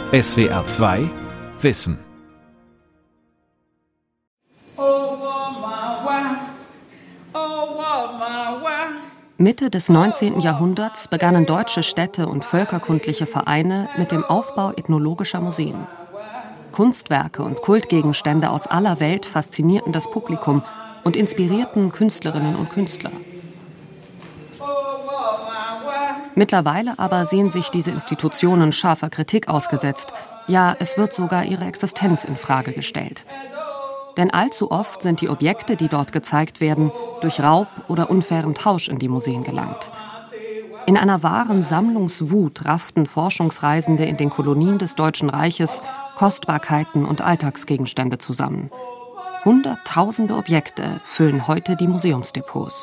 SWR 2 Wissen. Mitte des 19. Jahrhunderts begannen deutsche Städte und völkerkundliche Vereine mit dem Aufbau ethnologischer Museen. Kunstwerke und Kultgegenstände aus aller Welt faszinierten das Publikum und inspirierten Künstlerinnen und Künstler. Mittlerweile aber sehen sich diese Institutionen scharfer Kritik ausgesetzt. Ja, es wird sogar ihre Existenz in Frage gestellt. Denn allzu oft sind die Objekte, die dort gezeigt werden, durch Raub oder unfairen Tausch in die Museen gelangt. In einer wahren Sammlungswut rafften Forschungsreisende in den Kolonien des Deutschen Reiches Kostbarkeiten und Alltagsgegenstände zusammen. Hunderttausende Objekte füllen heute die Museumsdepots.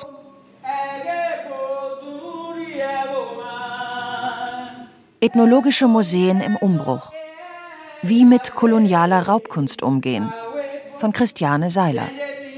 Ethnologische Museen im Umbruch. Wie mit kolonialer Raubkunst umgehen. Von Christiane Seiler.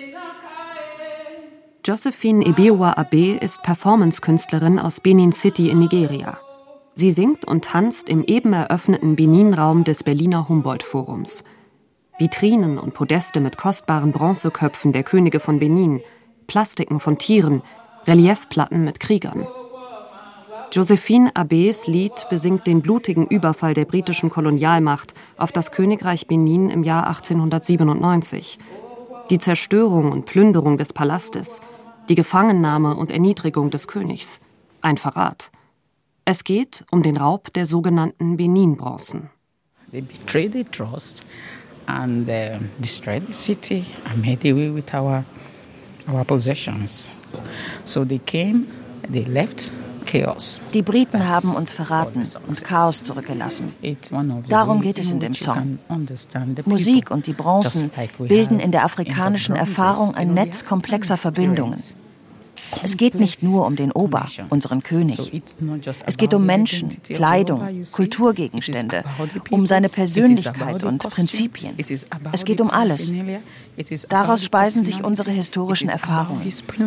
Josephine Ebewa-Abe ist Performance-Künstlerin aus Benin City in Nigeria. Sie singt und tanzt im eben eröffneten Benin-Raum des Berliner Humboldt-Forums. Vitrinen und Podeste mit kostbaren Bronzeköpfen der Könige von Benin, Plastiken von Tieren, Reliefplatten mit Kriegern. Josephine Abes Lied besingt den blutigen Überfall der britischen Kolonialmacht auf das Königreich Benin im Jahr 1897. Die Zerstörung und Plünderung des Palastes, die Gefangennahme und Erniedrigung des Königs. Ein Verrat. Es geht um den Raub der sogenannten Benin-Bronzen. They betrayed the trust and destroyed the city and made away with our possessions. So they came, they left. Die Briten haben uns verraten und Chaos zurückgelassen. Darum geht es in dem Song. Musik und die Bronzen bilden in der afrikanischen Erfahrung ein Netz komplexer Verbindungen. Es geht nicht nur um den Oba, unseren König. Es geht um Menschen, Kleidung, Kulturgegenstände, um seine Persönlichkeit und Prinzipien. Es geht um alles. Daraus speisen sich unsere historischen Erfahrungen.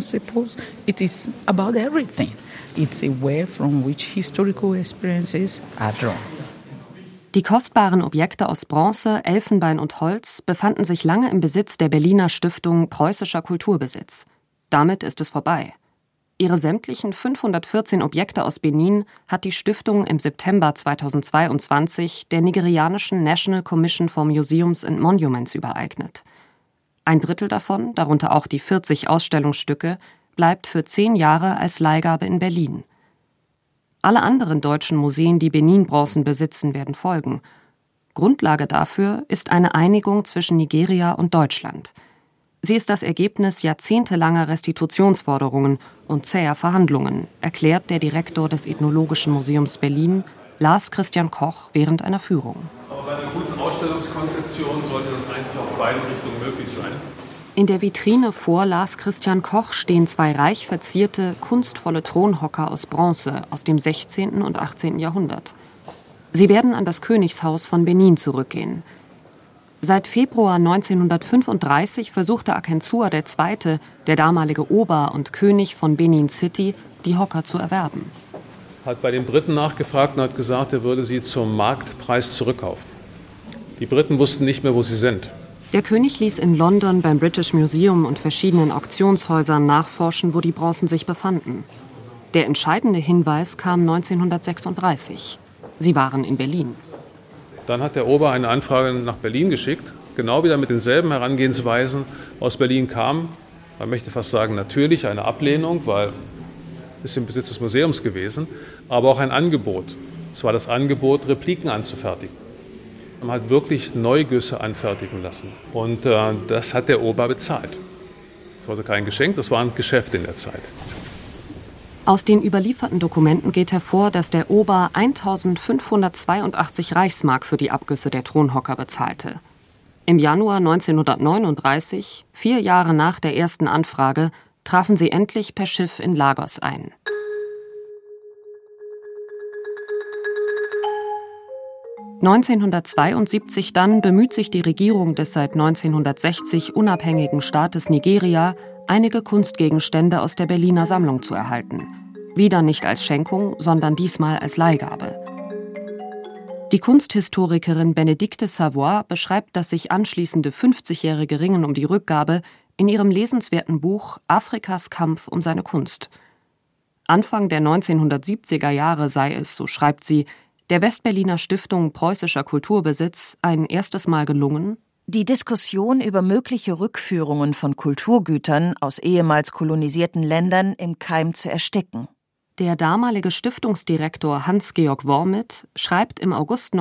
It's a way from which historical experiences are drawn. Die kostbaren Objekte aus Bronze, Elfenbein und Holz befanden sich lange im Besitz der Berliner Stiftung Preußischer Kulturbesitz. Damit ist es vorbei. Ihre sämtlichen 514 Objekte aus Benin hat die Stiftung im September 2022 der nigerianischen National Commission for Museums and Monuments übereignet. Ein Drittel davon, darunter auch die 40 Ausstellungsstücke, bleibt für 10 Jahre als Leihgabe in Berlin. Alle anderen deutschen Museen, die Benin-Bronzen besitzen, werden folgen. Grundlage dafür ist eine Einigung zwischen Nigeria und Deutschland. Sie ist das Ergebnis jahrzehntelanger Restitutionsforderungen und zäher Verhandlungen, erklärt der Direktor des Ethnologischen Museums Berlin, Lars Christian Koch, während einer Führung. Aber bei einer guten Ausstellungskonzeption sollte das eigentlich auf beiden Richtungen möglich sein. In der Vitrine vor Lars Christian Koch stehen 2 reich verzierte, kunstvolle Thronhocker aus Bronze aus dem 16. und 18. Jahrhundert. Sie werden an das Königshaus von Benin zurückgehen. Seit Februar 1935 versuchte Akensua II., der damalige Ober und König von Benin City, die Hocker zu erwerben. Hat bei den Briten nachgefragt und hat gesagt, er würde sie zum Marktpreis zurückkaufen. Die Briten wussten nicht mehr, wo sie sind. Der König ließ in London beim British Museum und verschiedenen Auktionshäusern nachforschen, wo die Bronzen sich befanden. Der entscheidende Hinweis kam 1936. Sie waren in Berlin. Dann hat der Ober eine Anfrage nach Berlin geschickt, genau wieder mit denselben Herangehensweisen. Aus Berlin kam, man möchte fast sagen, natürlich eine Ablehnung, weil es im Besitz des Museums gewesen, aber auch ein Angebot. Es war das Angebot, Repliken anzufertigen. Man hat wirklich Neugüsse anfertigen lassen. Und das hat der Ober bezahlt. Das war also kein Geschenk, das war ein Geschäft in der Zeit. Aus den überlieferten Dokumenten geht hervor, dass der Ober 1582 Reichsmark für die Abgüsse der Thronhocker bezahlte. Im Januar 1939, 4 Jahre nach der ersten Anfrage, trafen sie endlich per Schiff in Lagos ein. (1972) dann bemüht sich die Regierung des seit 1960 unabhängigen Staates Nigeria, einige Kunstgegenstände aus der Berliner Sammlung zu erhalten. Wieder nicht als Schenkung, sondern diesmal als Leihgabe. Die Kunsthistorikerin Bénédicte Savoy beschreibt das sich anschließende 50-jährige Ringen um die Rückgabe in ihrem lesenswerten Buch »Afrikas Kampf um seine Kunst«. Anfang der 1970er Jahre sei es, so schreibt sie, der Westberliner Stiftung Preußischer Kulturbesitz ein erstes Mal gelungen, die Diskussion über mögliche Rückführungen von Kulturgütern aus ehemals kolonisierten Ländern im Keim zu ersticken. Der damalige Stiftungsdirektor Hans-Georg Wormit schreibt im August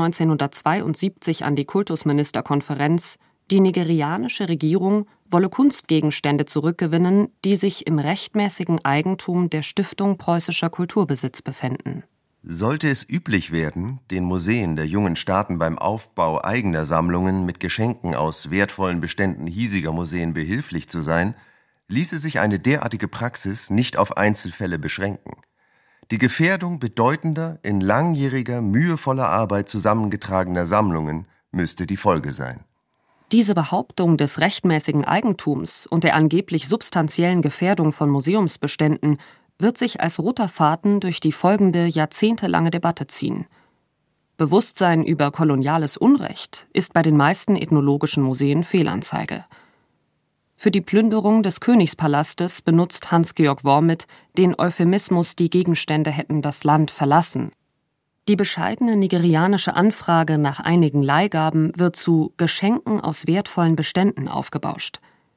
1972 an die Kultusministerkonferenz, die nigerianische Regierung wolle Kunstgegenstände zurückgewinnen, die sich im rechtmäßigen Eigentum der Stiftung Preußischer Kulturbesitz befänden. Sollte es üblich werden, den Museen der jungen Staaten beim Aufbau eigener Sammlungen mit Geschenken aus wertvollen Beständen hiesiger Museen behilflich zu sein, ließe sich eine derartige Praxis nicht auf Einzelfälle beschränken. Die Gefährdung bedeutender, in langjähriger, mühevoller Arbeit zusammengetragener Sammlungen müsste die Folge sein. Diese Behauptung des rechtmäßigen Eigentums und der angeblich substanziellen Gefährdung von Museumsbeständen wird sich als roter Faden durch die folgende jahrzehntelange Debatte ziehen. Bewusstsein über koloniales Unrecht ist bei den meisten ethnologischen Museen Fehlanzeige. Für die Plünderung des Königspalastes benutzt Hans-Georg Wormit den Euphemismus, die Gegenstände hätten das Land verlassen. Die bescheidene nigerianische Anfrage nach einigen Leihgaben wird zu Geschenken aus wertvollen Beständen aufgebauscht.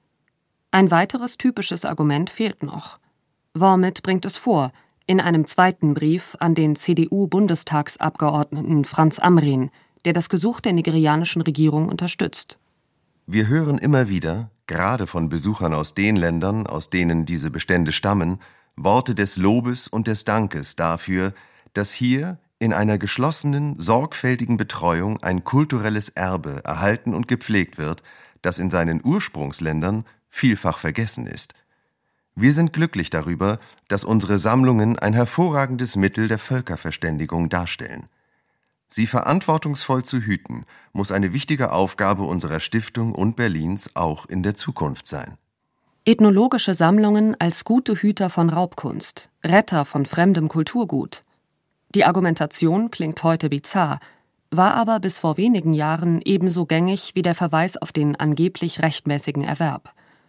Ein weiteres typisches Argument fehlt noch. Wormit bringt es vor, in einem zweiten Brief an den CDU-Bundestagsabgeordneten Franz Amrin, der das Gesuch der nigerianischen Regierung unterstützt. Wir hören immer wieder, gerade von Besuchern aus den Ländern, aus denen diese Bestände stammen, Worte des Lobes und des Dankes dafür, dass hier in einer geschlossenen, sorgfältigen Betreuung ein kulturelles Erbe erhalten und gepflegt wird, das in seinen Ursprungsländern vielfach vergessen ist. Wir sind glücklich darüber, dass unsere Sammlungen ein hervorragendes Mittel der Völkerverständigung darstellen. Sie verantwortungsvoll zu hüten, muss eine wichtige Aufgabe unserer Stiftung und Berlins auch in der Zukunft sein. Ethnologische Sammlungen als gute Hüter von Raubkunst, Retter von fremdem Kulturgut. Die Argumentation klingt heute bizarr, war aber bis vor wenigen Jahren ebenso gängig wie der Verweis auf den angeblich rechtmäßigen Erwerb.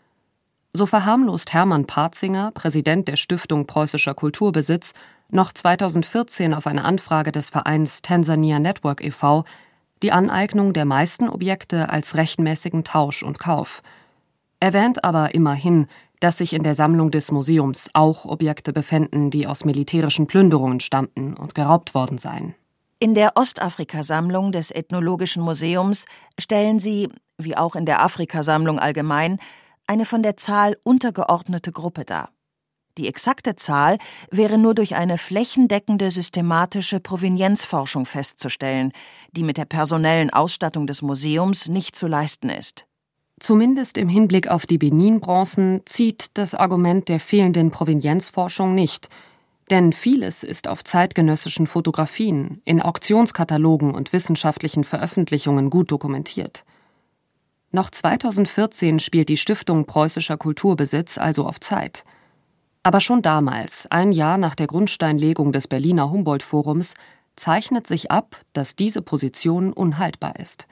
So verharmlost Hermann Partzinger, Präsident der Stiftung Preußischer Kulturbesitz, noch 2014 auf eine Anfrage des Vereins Tanzania Network e.V. die Aneignung der meisten Objekte als rechtmäßigen Tausch und Kauf. Erwähnt aber immerhin, dass sich in der Sammlung des Museums auch Objekte befänden, die aus militärischen Plünderungen stammten und geraubt worden seien. In der Ostafrika-Sammlung des Ethnologischen Museums stellen sie, wie auch in der Afrika-Sammlung allgemein, eine von der Zahl untergeordnete Gruppe dar. Die exakte Zahl wäre nur durch eine flächendeckende systematische Provenienzforschung festzustellen, die mit der personellen Ausstattung des Museums nicht zu leisten ist. Zumindest im Hinblick auf die Benin-Bronzen zieht das Argument der fehlenden Provenienzforschung nicht, denn vieles ist auf zeitgenössischen Fotografien, in Auktionskatalogen und wissenschaftlichen Veröffentlichungen gut dokumentiert. Noch 2014 spielt die Stiftung Preußischer Kulturbesitz also auf Zeit. Aber schon damals, ein Jahr nach der Grundsteinlegung des Berliner Humboldt-Forums, zeichnet sich ab, dass diese Position unhaltbar ist.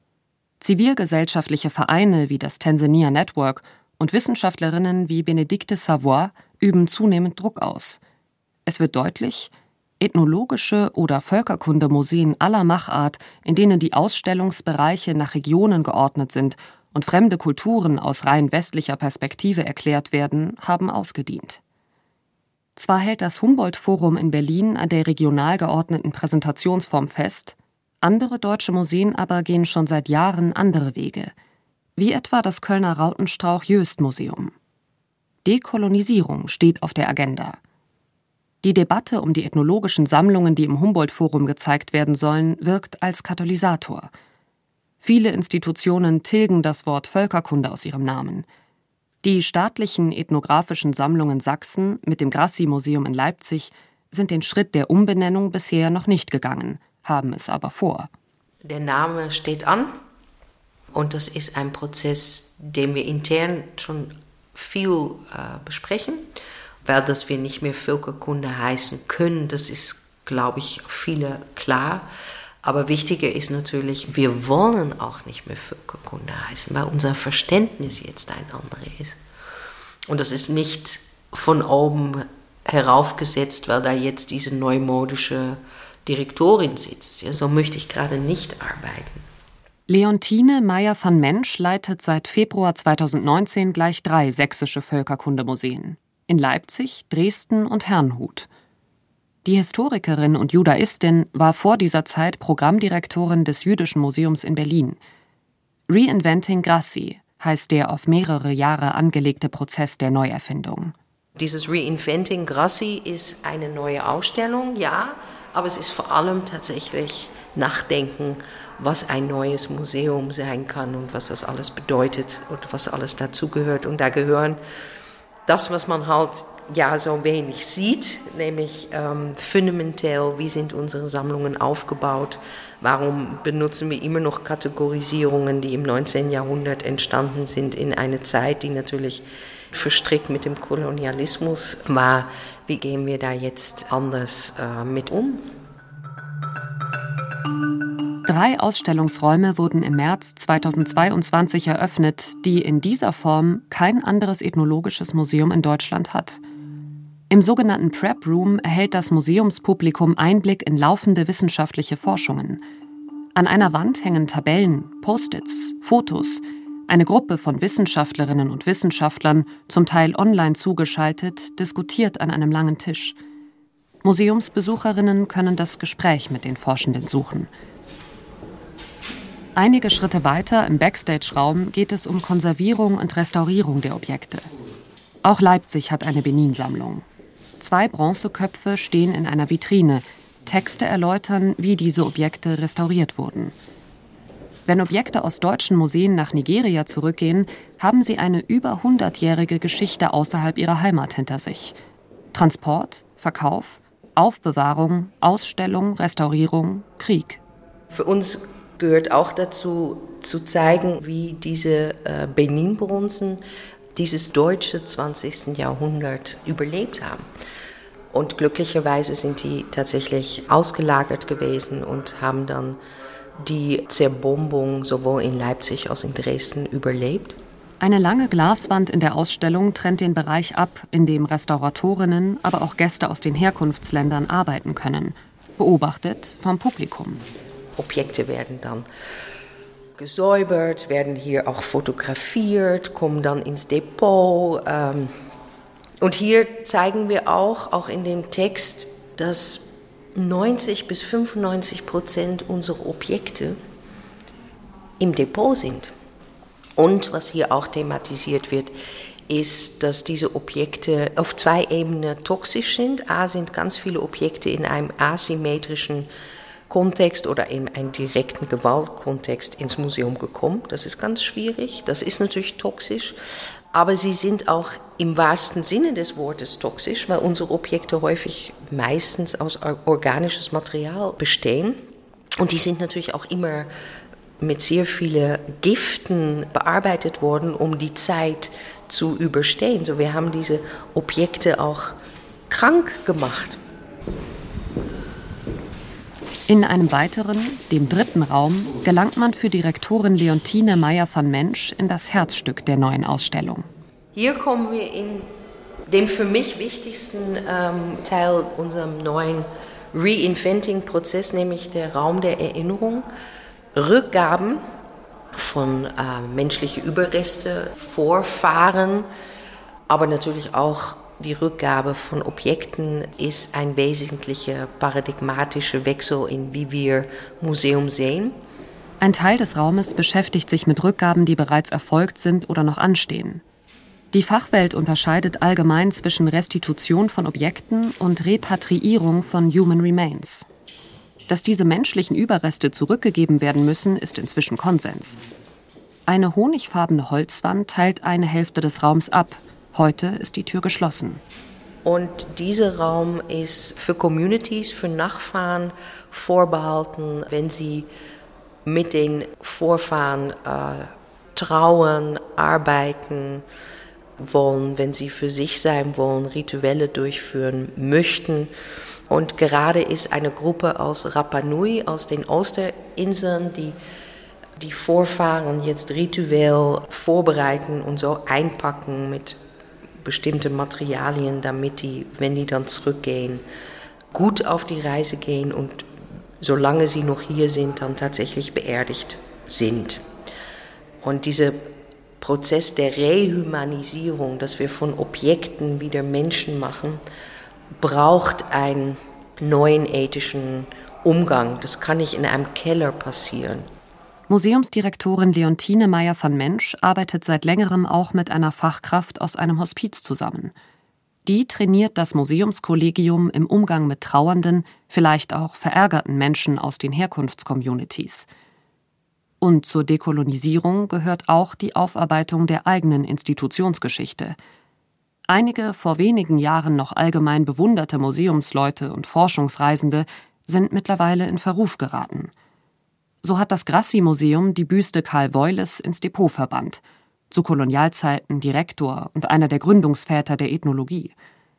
Zivilgesellschaftliche Vereine wie das Tanzania Network und Wissenschaftlerinnen wie Bénédicte Savoy üben zunehmend Druck aus. Es wird deutlich, ethnologische oder Völkerkundemuseen aller Machart, in denen die Ausstellungsbereiche nach Regionen geordnet sind und fremde Kulturen aus rein westlicher Perspektive erklärt werden, haben ausgedient. Zwar hält das Humboldt-Forum in Berlin an der regional geordneten Präsentationsform fest, andere deutsche Museen aber gehen schon seit Jahren andere Wege, wie etwa das Kölner Rautenstrauch-Jöst-Museum. Dekolonisierung steht auf der Agenda. Die Debatte um die ethnologischen Sammlungen, die im Humboldt-Forum gezeigt werden sollen, wirkt als Katalysator. Viele Institutionen tilgen das Wort Völkerkunde aus ihrem Namen. Die staatlichen ethnografischen Sammlungen Sachsen mit dem Grassi-Museum in Leipzig sind den Schritt der Umbenennung bisher noch nicht gegangen, haben es aber vor. Der Name steht an und das ist ein Prozess, den wir intern schon viel besprechen. Weil dass wir nicht mehr Völkerkunde heißen können, das ist, glaube ich, viele klar. Aber wichtiger ist natürlich, wir wollen auch nicht mehr Völkerkunde heißen, weil unser Verständnis jetzt ein anderes ist. Und das ist nicht von oben heraufgesetzt, weil da jetzt diese neumodische Direktorin sitzt. Ja, so möchte ich gerade nicht arbeiten. Leontine Meyer van Mensch leitet seit Februar 2019 gleich 3 sächsische Völkerkundemuseen. In Leipzig, Dresden und Herrnhut. Die Historikerin und Judaistin war vor dieser Zeit Programmdirektorin des Jüdischen Museums in Berlin. Reinventing Grassi heißt der auf mehrere Jahre angelegte Prozess der Neuerfindung. Dieses Reinventing Grassi ist eine neue Ausstellung, ja, aber es ist vor allem tatsächlich Nachdenken, was ein neues Museum sein kann und was das alles bedeutet und was alles dazugehört. Und da gehören das, was man halt ja so wenig sieht, nämlich fundamental, wie sind unsere Sammlungen aufgebaut, warum benutzen wir immer noch Kategorisierungen, die im 19. Jahrhundert entstanden sind, in eine Zeit, die natürlich verstrickt mit dem Kolonialismus war. Wie gehen wir da jetzt anders mit um? 3 Ausstellungsräume wurden im März 2022 eröffnet, die in dieser Form kein anderes ethnologisches Museum in Deutschland hat. Im sogenannten Prep Room erhält das Museumspublikum Einblick in laufende wissenschaftliche Forschungen. An einer Wand hängen Tabellen, Post-its, Fotos. Eine Gruppe von Wissenschaftlerinnen und Wissenschaftlern, zum Teil online zugeschaltet, diskutiert an einem langen Tisch. Museumsbesucherinnen können das Gespräch mit den Forschenden suchen. Einige Schritte weiter im Backstage-Raum geht es um Konservierung und Restaurierung der Objekte. Auch Leipzig hat eine Benin-Sammlung. 2 Bronzeköpfe stehen in einer Vitrine. Texte erläutern, wie diese Objekte restauriert wurden. Wenn Objekte aus deutschen Museen nach Nigeria zurückgehen, haben sie eine über 100-jährige Geschichte außerhalb ihrer Heimat hinter sich. Transport, Verkauf, Aufbewahrung, Ausstellung, Restaurierung, Krieg. Für uns gehört auch dazu, zu zeigen, wie diese Benin-Bronzen dieses deutsche 20. Jahrhundert überlebt haben. Und glücklicherweise sind die tatsächlich ausgelagert gewesen und haben dann die Zerbombung sowohl in Leipzig als in Dresden überlebt. Eine lange Glaswand in der Ausstellung trennt den Bereich ab, in dem Restauratorinnen, aber auch Gäste aus den Herkunftsländern arbeiten können, beobachtet vom Publikum. Objekte werden dann gesäubert, werden hier auch fotografiert, kommen dann ins Depot. Und hier zeigen wir auch in dem Text, dass 90-95% unserer Objekte im Depot sind. Und was hier auch thematisiert wird, ist, dass diese Objekte auf 2 Ebenen toxisch sind. A, sind ganz viele Objekte in einem asymmetrischen Kontext oder in einen direkten Gewaltkontext ins Museum gekommen. Das ist ganz schwierig, das ist natürlich toxisch, aber sie sind auch im wahrsten Sinne des Wortes toxisch, weil unsere Objekte häufig meistens aus organischem Material bestehen und die sind natürlich auch immer mit sehr vielen Giften bearbeitet worden, um die Zeit zu überstehen. So, wir haben diese Objekte auch krank gemacht. In einem weiteren, dem 3. Raum, gelangt man für Direktorin Leontine Meyer van Mensch in das Herzstück der neuen Ausstellung. Hier kommen wir in dem für mich wichtigsten Teil unserem neuen Reinventing-Prozess, nämlich der Raum der Erinnerung. Rückgaben von menschlichen Überreste, Vorfahren, aber natürlich auch die Rückgabe von Objekten ist ein wesentlicher paradigmatischer Wechsel in wie wir Museum sehen. Ein Teil des Raumes beschäftigt sich mit Rückgaben, die bereits erfolgt sind oder noch anstehen. Die Fachwelt unterscheidet allgemein zwischen Restitution von Objekten und Repatriierung von Human Remains. Dass diese menschlichen Überreste zurückgegeben werden müssen, ist inzwischen Konsens. Eine honigfarbene Holzwand teilt eine Hälfte des Raums ab. Heute ist die Tür geschlossen. Und dieser Raum ist für Communities, für Nachfahren vorbehalten, wenn sie mit den Vorfahren trauern, arbeiten wollen, wenn sie für sich sein wollen, Rituelle durchführen möchten. Und gerade ist eine Gruppe aus Rapa Nui, aus den Osterinseln, die Vorfahren jetzt rituell vorbereiten und so einpacken mit bestimmten Materialien, damit die, wenn die dann zurückgehen, gut auf die Reise gehen und solange sie noch hier sind, dann tatsächlich beerdigt sind. Und dieser Prozess der Rehumanisierung, dass wir von Objekten wieder Menschen machen, braucht einen neuen ethischen Umgang. Das kann nicht in einem Keller passieren. Museumsdirektorin Leontine Meyer von Mensch arbeitet seit längerem auch mit einer Fachkraft aus einem Hospiz zusammen. Die trainiert das Museumskollegium im Umgang mit trauernden, vielleicht auch verärgerten Menschen aus den Herkunftscommunities. Und zur Dekolonisierung gehört auch die Aufarbeitung der eigenen Institutionsgeschichte. Einige vor wenigen Jahren noch allgemein bewunderte Museumsleute und Forschungsreisende sind mittlerweile in Verruf geraten. So hat das Grassi-Museum die Büste Karl Woiles ins Depot verbannt, zu Kolonialzeiten Direktor und einer der Gründungsväter der Ethnologie.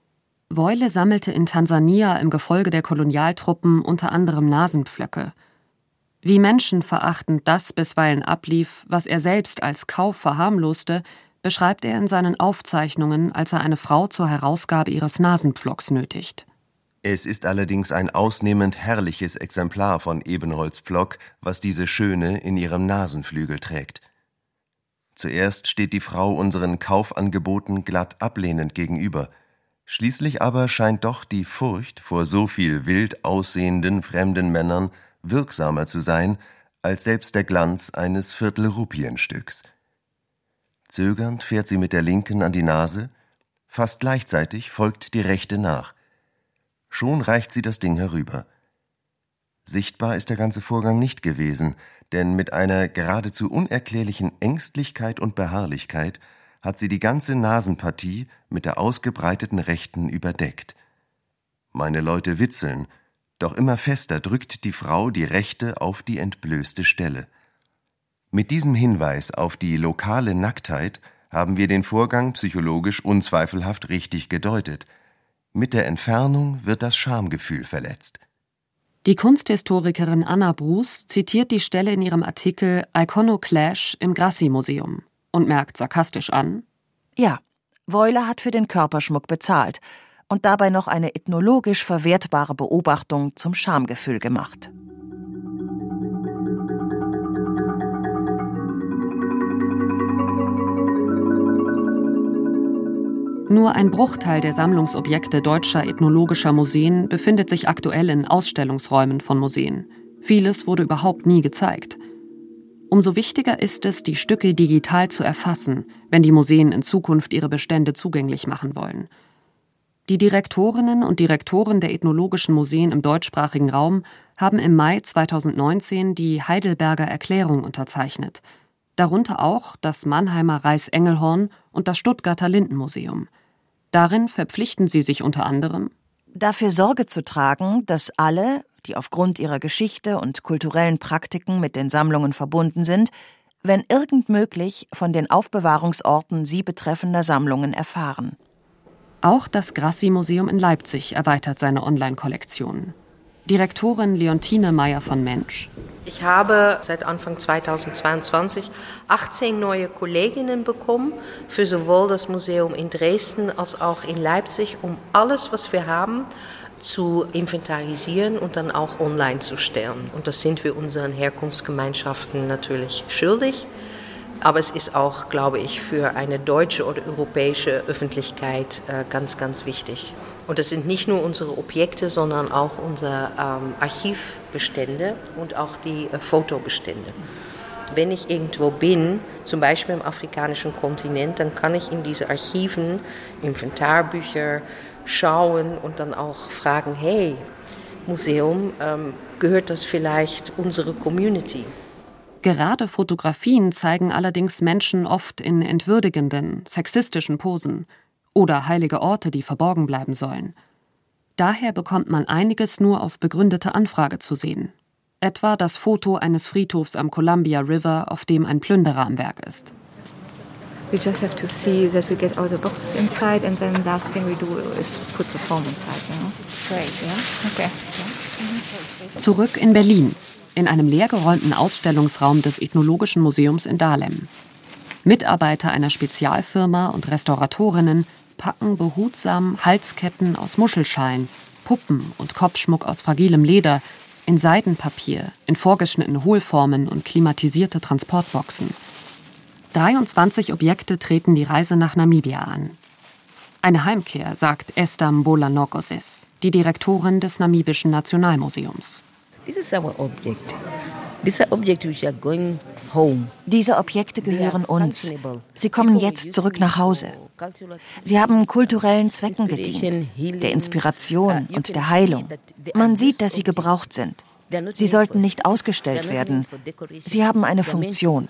Woile sammelte in Tansania im Gefolge der Kolonialtruppen unter anderem Nasenpflöcke. Wie menschenverachtend das bisweilen ablief, was er selbst als Kauf verharmloste, beschreibt er in seinen Aufzeichnungen, als er eine Frau zur Herausgabe ihres Nasenpflocks nötigt. Es ist allerdings ein ausnehmend herrliches Exemplar von Ebenholzpflock, was diese Schöne in ihrem Nasenflügel trägt. Zuerst steht die Frau unseren Kaufangeboten glatt ablehnend gegenüber. Schließlich aber scheint doch die Furcht vor so viel wild aussehenden fremden Männern wirksamer zu sein, als selbst der Glanz eines Viertelrupienstücks. Zögernd fährt sie mit der linken an die Nase, fast gleichzeitig folgt die rechte nach. Schon reicht sie das Ding herüber. Sichtbar ist der ganze Vorgang nicht gewesen, denn mit einer geradezu unerklärlichen Ängstlichkeit und Beharrlichkeit hat sie die ganze Nasenpartie mit der ausgebreiteten rechten überdeckt. Meine Leute witzeln, doch immer fester drückt die Frau die rechte auf die entblößte Stelle. Mit diesem Hinweis auf die lokale Nacktheit haben wir den Vorgang psychologisch unzweifelhaft richtig gedeutet. Mit der Entfernung wird das Schamgefühl verletzt. Die Kunsthistorikerin Anna Bruce zitiert die Stelle in ihrem Artikel Iconoclash im Grassi-Museum und merkt sarkastisch an: Ja, Woile hat für den Körperschmuck bezahlt und dabei noch eine ethnologisch verwertbare Beobachtung zum Schamgefühl gemacht. Nur ein Bruchteil der Sammlungsobjekte deutscher ethnologischer Museen befindet sich aktuell in Ausstellungsräumen von Museen. Vieles wurde überhaupt nie gezeigt. Umso wichtiger ist es, die Stücke digital zu erfassen, wenn die Museen in Zukunft ihre Bestände zugänglich machen wollen. Die Direktorinnen und Direktoren der ethnologischen Museen im deutschsprachigen Raum haben im Mai 2019 die Heidelberger Erklärung unterzeichnet. Darunter auch das Mannheimer Reichsengelhorn und das Stuttgarter Lindenmuseum. Darin verpflichten sie sich unter anderem, dafür Sorge zu tragen, dass alle, die aufgrund ihrer Geschichte und kulturellen Praktiken mit den Sammlungen verbunden sind, wenn irgend möglich, von den Aufbewahrungsorten sie betreffender Sammlungen erfahren. Auch das Grassi-Museum in Leipzig erweitert seine Online-Kollektion. Direktorin Leontine Meyer von Mensch: Ich habe seit Anfang 2022 18 neue Kolleginnen bekommen, für sowohl das Museum in Dresden als auch in Leipzig, um alles, was wir haben, zu inventarisieren und dann auch online zu stellen. Und das sind wir unseren Herkunftsgemeinschaften natürlich schuldig. Aber es ist auch, glaube ich, für eine deutsche oder europäische Öffentlichkeit ganz, ganz wichtig. Und das sind nicht nur unsere Objekte, sondern auch unsere Archivbestände und auch die Fotobestände. Wenn ich irgendwo bin, zum Beispiel im afrikanischen Kontinent, dann kann ich in diese Archiven, Inventarbücher schauen und dann auch fragen, hey, Museum, gehört das vielleicht unserer Community? Gerade Fotografien zeigen allerdings Menschen oft in entwürdigenden, sexistischen Posen oder heilige Orte, die verborgen bleiben sollen. Daher bekommt man einiges nur auf begründete Anfrage zu sehen. Etwa das Foto eines Friedhofs am Columbia River, auf dem ein Plünderer am Werk ist. We just have to see that we get all the boxes inside, and then the last thing we do is put the foam inside, you know? Great, yeah? Okay. Yeah. Zurück in Berlin, in einem leergeräumten Ausstellungsraum des Ethnologischen Museums in Dahlem. Mitarbeiter einer Spezialfirma und Restauratorinnen packen behutsam Halsketten aus Muschelschalen, Puppen und Kopfschmuck aus fragilem Leder in Seidenpapier, in vorgeschnittene Hohlformen und klimatisierte Transportboxen. 23 Objekte treten die Reise nach Namibia an. Eine Heimkehr, sagt Esther Mbola Nokoses, die Direktorin des Namibischen Nationalmuseums. Diese Objekte gehören uns. Sie kommen jetzt zurück nach Hause. Sie haben kulturellen Zwecken gedient, der Inspiration und der Heilung. Man sieht, dass sie gebraucht sind. Sie sollten nicht ausgestellt werden. Sie haben eine Funktion.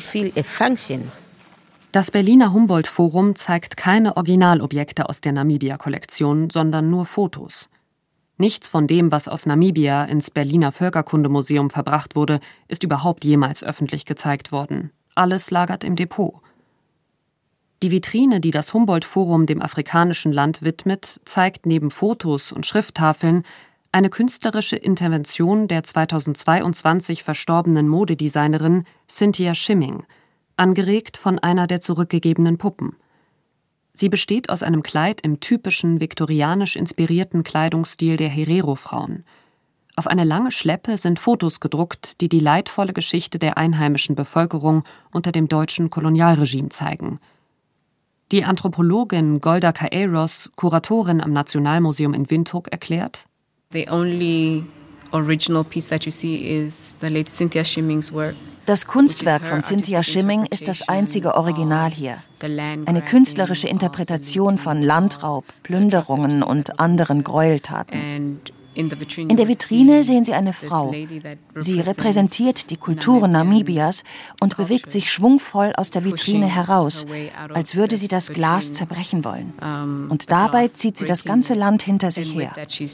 Das Berliner Humboldt-Forum zeigt keine Originalobjekte aus der Namibia-Kollektion, sondern nur Fotos. Nichts von dem, was aus Namibia ins Berliner Völkerkundemuseum verbracht wurde, ist überhaupt jemals öffentlich gezeigt worden. Alles lagert im Depot. Die Vitrine, die das Humboldt-Forum dem afrikanischen Land widmet, zeigt neben Fotos und Schrifttafeln eine künstlerische Intervention der 2022 verstorbenen Modedesignerin Cynthia Shimming, angeregt von einer der zurückgegebenen Puppen. Sie besteht aus einem Kleid im typischen viktorianisch inspirierten Kleidungsstil der Herero-Frauen. Auf eine lange Schleppe sind Fotos gedruckt, die die leidvolle Geschichte der einheimischen Bevölkerung unter dem deutschen Kolonialregime zeigen. Die Anthropologin Golda Caeiros, Kuratorin am Nationalmuseum in Windhoek, erklärt: The only original piece that you see is the late Cynthia Shimming's work. Das Kunstwerk von Cynthia Shimming ist das einzige Original hier. Eine künstlerische Interpretation von Landraub, Plünderungen und anderen Gräueltaten. In der Vitrine sehen Sie eine Frau. Sie repräsentiert die Kulturen Namibias und bewegt sich schwungvoll aus der Vitrine heraus, als würde sie das Glas zerbrechen wollen. Und dabei zieht sie das ganze Land hinter sich her.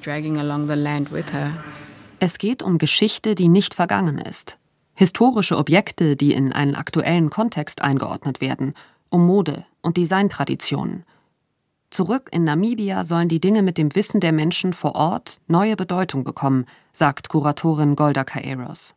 Es geht um Geschichte, die nicht vergangen ist. Historische Objekte, die in einen aktuellen Kontext eingeordnet werden, um Mode und Designtraditionen. Zurück in Namibia sollen die Dinge mit dem Wissen der Menschen vor Ort neue Bedeutung bekommen, sagt Kuratorin Golda Caeiros.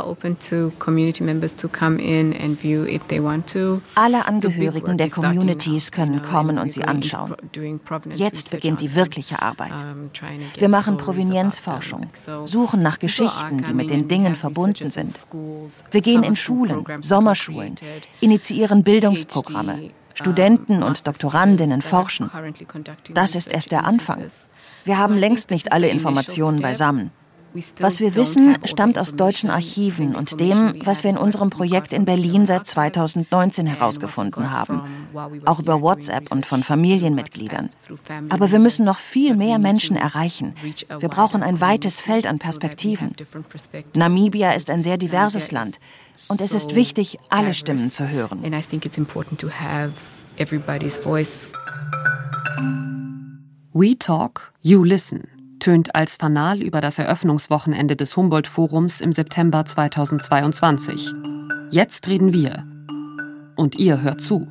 Alle Angehörigen der Communities können kommen und sie anschauen. Jetzt beginnt die wirkliche Arbeit. Wir machen Provenienzforschung, suchen nach Geschichten, die mit den Dingen verbunden sind. Wir gehen in Schulen, Sommerschulen, initiieren Bildungsprogramme. Studenten und Doktorandinnen forschen. Das ist erst der Anfang. Wir haben längst nicht alle Informationen beisammen. Was wir wissen, stammt aus deutschen Archiven und dem, was wir in unserem Projekt in Berlin seit 2019 herausgefunden haben. Auch über WhatsApp und von Familienmitgliedern. Aber wir müssen noch viel mehr Menschen erreichen. Wir brauchen ein weites Feld an Perspektiven. Namibia ist ein sehr diverses Land. Und es ist wichtig, alle Stimmen zu hören. We Talk, You Listen tönt als Fanal über das Eröffnungswochenende des Humboldt-Forums im September 2022. Jetzt reden wir. Und ihr hört zu.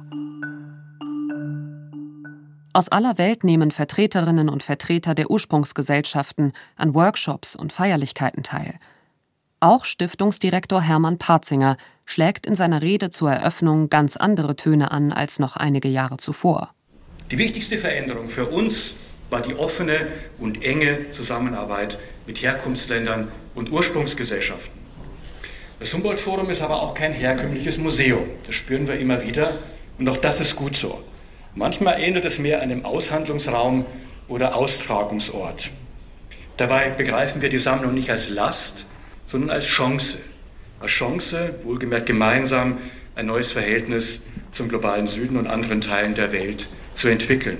Aus aller Welt nehmen Vertreterinnen und Vertreter der Ursprungsgesellschaften an Workshops und Feierlichkeiten teil. Auch Stiftungsdirektor Hermann Partzinger schlägt in seiner Rede zur Eröffnung ganz andere Töne an als noch einige Jahre zuvor. Die wichtigste Veränderung für uns war die offene und enge Zusammenarbeit mit Herkunftsländern und Ursprungsgesellschaften. Das Humboldt-Forum ist aber auch kein herkömmliches Museum. Das spüren wir immer wieder und auch das ist gut so. Manchmal ähnelt es mehr einem Aushandlungsraum oder Austragungsort. Dabei begreifen wir die Sammlung nicht als Last, sondern als Chance. Als Chance, wohlgemerkt gemeinsam, ein neues Verhältnis zum globalen Süden und anderen Teilen der Welt zu entwickeln.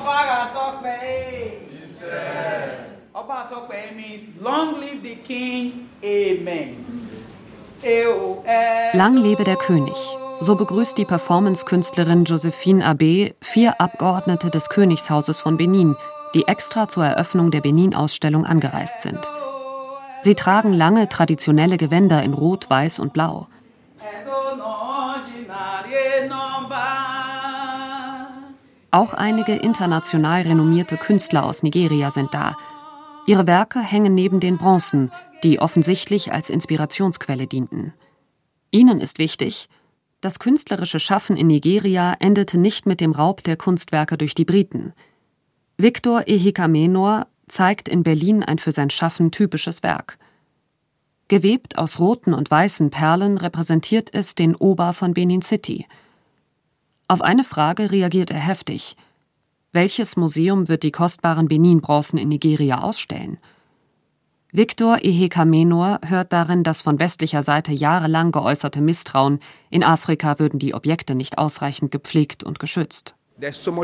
Lang lebe der König. So begrüßt die Performance-Künstlerin Josephine Abbé 4 Abgeordnete des Königshauses von Benin, die extra zur Eröffnung der Benin-Ausstellung angereist sind. Sie tragen lange traditionelle Gewänder in Rot, Weiß und Blau. Auch einige international renommierte Künstler aus Nigeria sind da. Ihre Werke hängen neben den Bronzen, die offensichtlich als Inspirationsquelle dienten. Ihnen ist wichtig, das künstlerische Schaffen in Nigeria endete nicht mit dem Raub der Kunstwerke durch die Briten. Victor Ehikamenor zeigt in Berlin ein für sein Schaffen typisches Werk. Gewebt aus roten und weißen Perlen repräsentiert es den Oba von Benin City. Auf eine Frage reagiert er heftig. Welches Museum wird die kostbaren Benin-Bronzen in Nigeria ausstellen? Victor Ehikamenor hört darin das von westlicher Seite jahrelang geäußerte Misstrauen, in Afrika würden die Objekte nicht ausreichend gepflegt und geschützt. Der Druck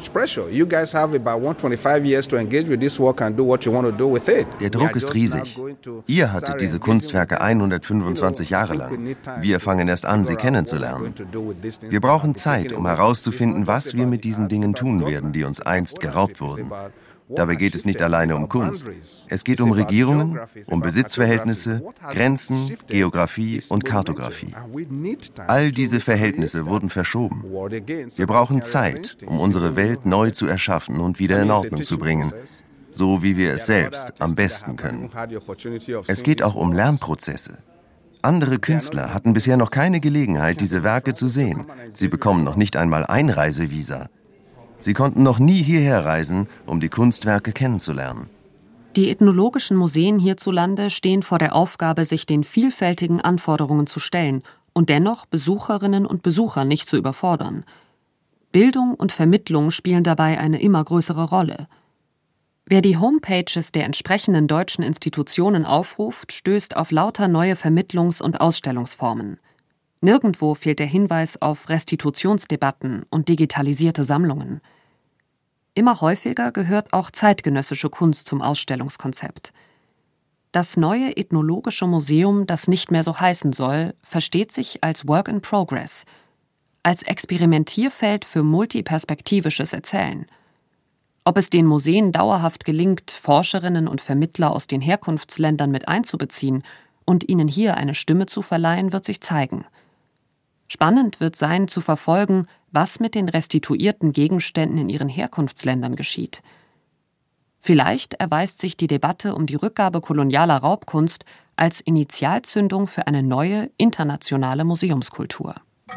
ist riesig. Ihr hattet diese Kunstwerke 125 Jahre lang. Wir fangen erst an, sie kennenzulernen. Wir brauchen Zeit, um herauszufinden, was wir mit diesen Dingen tun werden, die uns einst geraubt wurden. Dabei geht es nicht alleine um Kunst. Es geht um Regierungen, um Besitzverhältnisse, Grenzen, Geografie und Kartografie. All diese Verhältnisse wurden verschoben. Wir brauchen Zeit, um unsere Welt neu zu erschaffen und wieder in Ordnung zu bringen, so wie wir es selbst am besten können. Es geht auch um Lernprozesse. Andere Künstler hatten bisher noch keine Gelegenheit, diese Werke zu sehen. Sie bekommen noch nicht einmal Einreisevisa. Sie konnten noch nie hierher reisen, um die Kunstwerke kennenzulernen. Die ethnologischen Museen hierzulande stehen vor der Aufgabe, sich den vielfältigen Anforderungen zu stellen und dennoch Besucherinnen und Besucher nicht zu überfordern. Bildung und Vermittlung spielen dabei eine immer größere Rolle. Wer die Homepages der entsprechenden deutschen Institutionen aufruft, stößt auf lauter neue Vermittlungs- und Ausstellungsformen. Nirgendwo fehlt der Hinweis auf Restitutionsdebatten und digitalisierte Sammlungen. Immer häufiger gehört auch zeitgenössische Kunst zum Ausstellungskonzept. Das neue Ethnologische Museum, das nicht mehr so heißen soll, versteht sich als Work in Progress, als Experimentierfeld für multiperspektivisches Erzählen. Ob es den Museen dauerhaft gelingt, Forscherinnen und Vermittler aus den Herkunftsländern mit einzubeziehen und ihnen hier eine Stimme zu verleihen, wird sich zeigen. Spannend wird sein, zu verfolgen, was mit den restituierten Gegenständen in ihren Herkunftsländern geschieht. Vielleicht erweist sich die Debatte um die Rückgabe kolonialer Raubkunst als Initialzündung für eine neue internationale Museumskultur.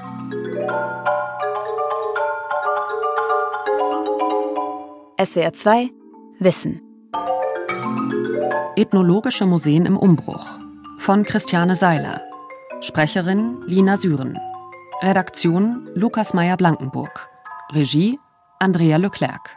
SWR 2 Wissen. Ethnologische Museen im Umbruch von Christiane Seiler. Sprecherin Lina Süren. Redaktion Lukas Meyer-Blankenburg. Regie Andrea Leclerc.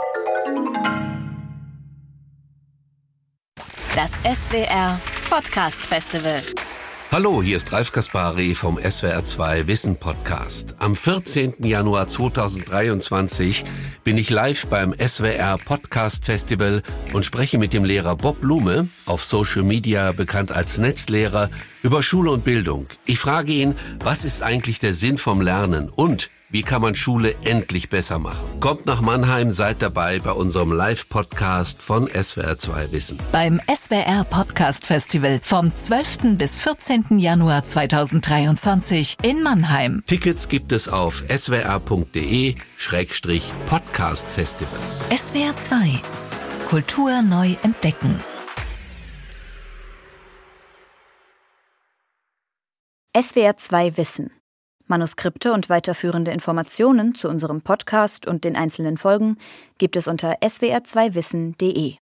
Das SWR Podcast Festival. Hallo, hier ist Ralf Kaspari vom SWR 2 Wissen Podcast. Am 14. Januar 2023 bin ich live beim SWR Podcast Festival und spreche mit dem Lehrer Bob Blume, auf Social Media bekannt als Netzlehrer, über Schule und Bildung. Ich frage ihn, was ist eigentlich der Sinn vom Lernen und wie kann man Schule endlich besser machen? Kommt nach Mannheim, seid dabei bei unserem Live-Podcast von SWR 2 Wissen. Beim SWR Podcast Festival vom 12. bis 14. Januar 2023 in Mannheim. Tickets gibt es auf swr.de/podcastfestival. SWR 2 Kultur neu entdecken. SWR 2 Wissen. Manuskripte und weiterführende Informationen zu unserem Podcast und den einzelnen Folgen gibt es unter swr2wissen.de.